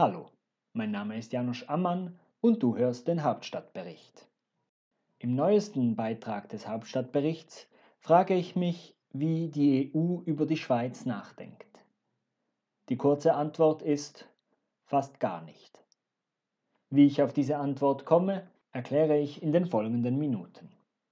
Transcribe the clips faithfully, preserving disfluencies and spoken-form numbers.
Hallo, mein Name ist Janusz Ammann und du hörst den Hauptstadtbericht. Im neuesten Beitrag des Hauptstadtberichts frage ich mich, wie die E U über die Schweiz nachdenkt. Die kurze Antwort ist fast gar nicht. Wie ich auf diese Antwort komme, erkläre ich in den folgenden Minuten.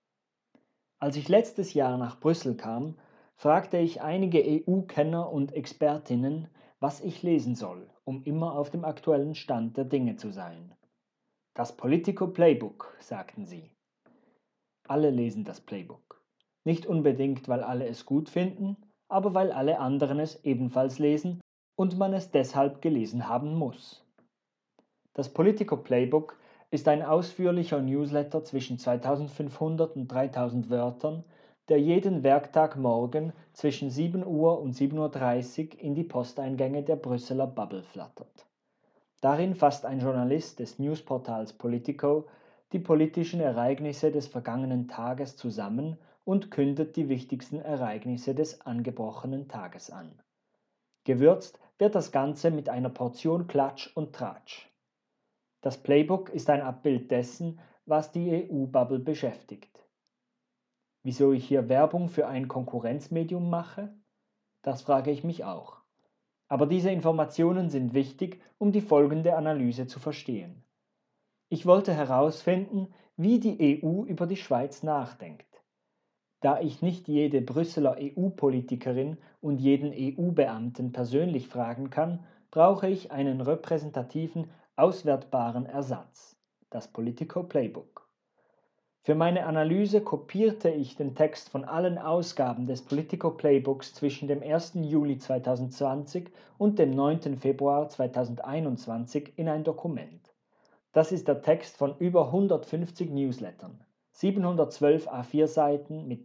Als ich letztes Jahr nach Brüssel kam, fragte ich einige E U-Kenner und Expertinnen, was ich lesen soll, um immer auf dem aktuellen Stand der Dinge zu sein. Das Politico Playbook, sagten sie. Alle lesen das Playbook. Nicht unbedingt, weil alle es gut finden, aber weil alle anderen es ebenfalls lesen und man es deshalb gelesen haben muss. Das Politico Playbook ist ein ausführlicher Newsletter zwischen zweitausendfünfhundert und dreitausend Wörtern, der jeden Werktagmorgen zwischen sieben Uhr und sieben Uhr dreißig in die Posteingänge der Brüsseler Bubble flattert. Darin fasst ein Journalist des Newsportals Politico die politischen Ereignisse des vergangenen Tages zusammen und kündet die wichtigsten Ereignisse des angebrochenen Tages an. Gewürzt wird das Ganze mit einer Portion Klatsch und Tratsch. Das Playbook ist ein Abbild dessen, was die E U-Bubble beschäftigt. Wieso ich hier Werbung für ein Konkurrenzmedium mache? Das frage ich mich auch. Aber diese Informationen sind wichtig, um die folgende Analyse zu verstehen. Ich wollte herausfinden, wie die E U über die Schweiz nachdenkt. Da ich nicht jede Brüsseler E U-Politikerin und jeden E U-Beamten persönlich fragen kann, brauche ich einen repräsentativen, auswertbaren Ersatz, das Politico Playbook. Für meine Analyse kopierte ich den Text von allen Ausgaben des Politico Playbooks zwischen dem ersten Juli zweitausendzwanzig und dem neunten Februar zweitausendeinundzwanzig in ein Dokument. Das ist der Text von über hundertfünfzig Newslettern, siebenhundertzwölf A vier Seiten mit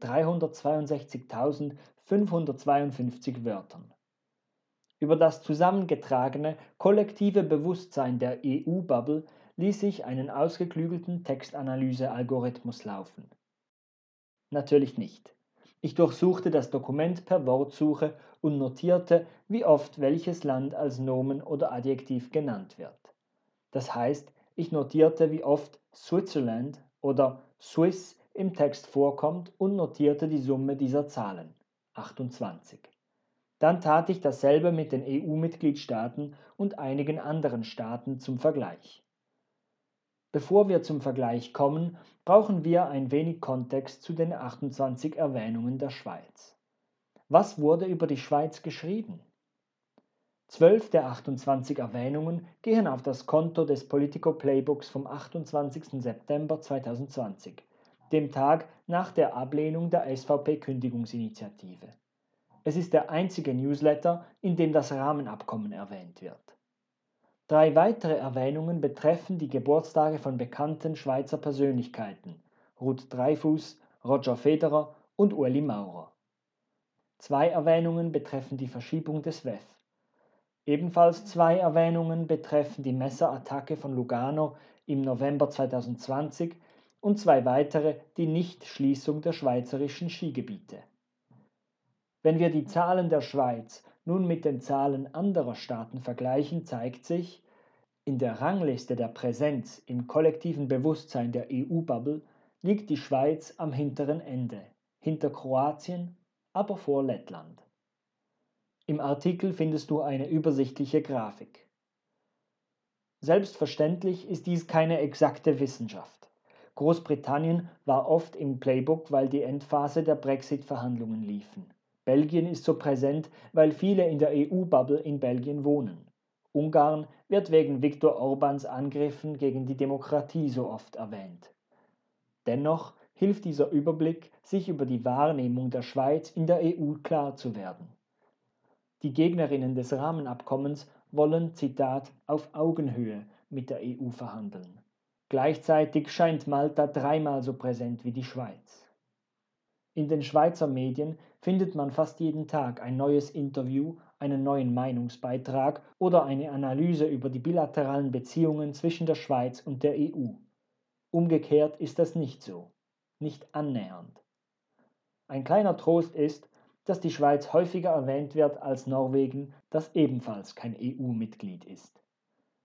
dreihundertzweiundsechzigtausendfünfhundertzweiundfünfzig Wörtern. Über das zusammengetragene kollektive Bewusstsein der E U-Bubble ließ ich einen ausgeklügelten Textanalyse-Algorithmus laufen. Natürlich nicht. Ich durchsuchte das Dokument per Wortsuche und notierte, wie oft welches Land als Nomen oder Adjektiv genannt wird. Das heißt, ich notierte, wie oft Switzerland oder Swiss im Text vorkommt und notierte die Summe dieser Zahlen, achtundzwanzig. Dann tat ich dasselbe mit den E U-Mitgliedstaaten und einigen anderen Staaten zum Vergleich. Bevor wir zum Vergleich kommen, brauchen wir ein wenig Kontext zu den achtundzwanzig Erwähnungen der Schweiz. Was wurde über die Schweiz geschrieben? Zwölf der achtundzwanzig Erwähnungen gehen auf das Konto des Politico Playbooks vom achtundzwanzigsten September zweitausendzwanzig, dem Tag nach der Ablehnung der S V P-Kündigungsinitiative. Es ist der einzige Newsletter, in dem das Rahmenabkommen erwähnt wird. Drei weitere Erwähnungen betreffen die Geburtstage von bekannten Schweizer Persönlichkeiten, Ruth Dreifuss, Roger Federer und Ueli Maurer. Zwei Erwähnungen betreffen die Verschiebung des W E F. Ebenfalls zwei Erwähnungen betreffen die Messerattacke von Lugano im November zweitausendzwanzig und zwei weitere die Nichtschließung der schweizerischen Skigebiete. Wenn wir die Zahlen der Schweiz nun mit den Zahlen anderer Staaten vergleichen, zeigt sich, in der Rangliste der Präsenz im kollektiven Bewusstsein der E U-Bubble liegt die Schweiz am hinteren Ende, hinter Kroatien, aber vor Lettland. Im Artikel findest du eine übersichtliche Grafik. Selbstverständlich ist dies keine exakte Wissenschaft. Großbritannien war oft im Playbook, weil die Endphase der Brexit-Verhandlungen liefen. Belgien ist so präsent, weil viele in der E U-Bubble in Belgien wohnen. Ungarn wird wegen Viktor Orbáns Angriffen gegen die Demokratie so oft erwähnt. Dennoch hilft dieser Überblick, sich über die Wahrnehmung der Schweiz in der E U klar zu werden. Die Gegnerinnen des Rahmenabkommens wollen, Zitat, auf Augenhöhe mit der E U verhandeln. Gleichzeitig scheint Malta dreimal so präsent wie die Schweiz. In den Schweizer Medien findet man fast jeden Tag ein neues Interview, einen neuen Meinungsbeitrag oder eine Analyse über die bilateralen Beziehungen zwischen der Schweiz und der E U. Umgekehrt ist das nicht so, nicht annähernd. Ein kleiner Trost ist, dass die Schweiz häufiger erwähnt wird als Norwegen, das ebenfalls kein E U-Mitglied ist.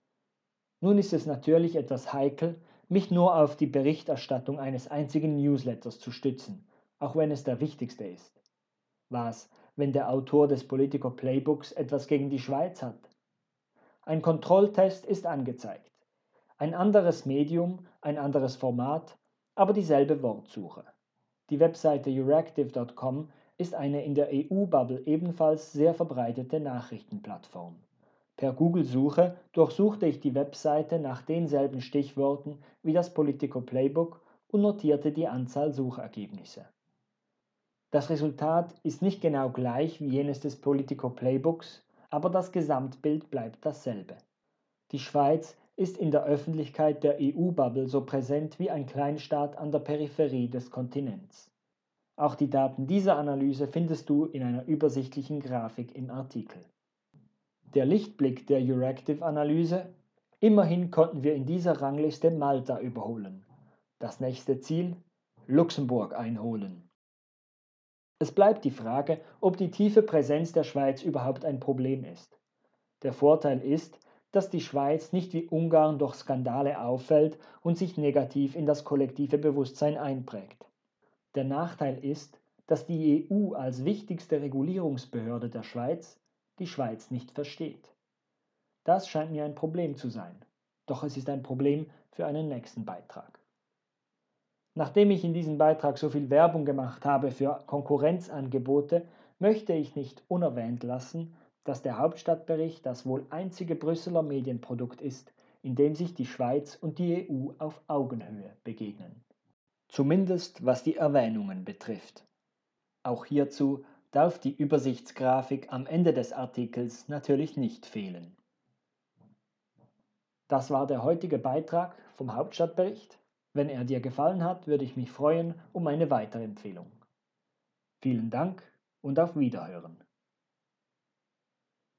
Nun ist es natürlich etwas heikel, mich nur auf die Berichterstattung eines einzigen Newsletters zu stützen, auch wenn es der wichtigste ist. Was, wenn der Autor des Politico Playbooks etwas gegen die Schweiz hat? Ein Kontrolltest ist angezeigt. Ein anderes Medium, ein anderes Format, aber dieselbe Wortsuche. Die Webseite euractiv punkt com ist eine in der E U-Bubble ebenfalls sehr verbreitete Nachrichtenplattform. Per Google-Suche durchsuchte ich die Webseite nach denselben Stichworten wie das Politico Playbook und notierte die Anzahl Suchergebnisse. Das Resultat ist nicht genau gleich wie jenes des Politico Playbooks, aber das Gesamtbild bleibt dasselbe. Die Schweiz ist in der Öffentlichkeit der E U-Bubble so präsent wie ein Kleinstaat an der Peripherie des Kontinents. Auch die Daten dieser Analyse findest du in einer übersichtlichen Grafik im Artikel. Der Lichtblick der Euractiv-Analyse: Immerhin konnten wir in dieser Rangliste Malta überholen. Das nächste Ziel: Luxemburg einholen. Es bleibt die Frage, ob die tiefe Präsenz der Schweiz überhaupt ein Problem ist. Der Vorteil ist, dass die Schweiz nicht wie Ungarn durch Skandale auffällt und sich negativ in das kollektive Bewusstsein einprägt. Der Nachteil ist, dass die E U als wichtigste Regulierungsbehörde der Schweiz die Schweiz nicht versteht. Das scheint mir ein Problem zu sein, doch es ist ein Problem für einen nächsten Beitrag. Nachdem ich in diesem Beitrag so viel Werbung gemacht habe für Konkurrenzangebote, möchte ich nicht unerwähnt lassen, dass der Hauptstadtbericht das wohl einzige Brüsseler Medienprodukt ist, in dem sich die Schweiz und die E U auf Augenhöhe begegnen. Zumindest was die Erwähnungen betrifft. Auch hierzu darf die Übersichtsgrafik am Ende des Artikels natürlich nicht fehlen. Das war der heutige Beitrag vom Hauptstadtbericht. Wenn er dir gefallen hat, würde ich mich freuen um eine weitere Empfehlung. Vielen Dank und auf Wiederhören.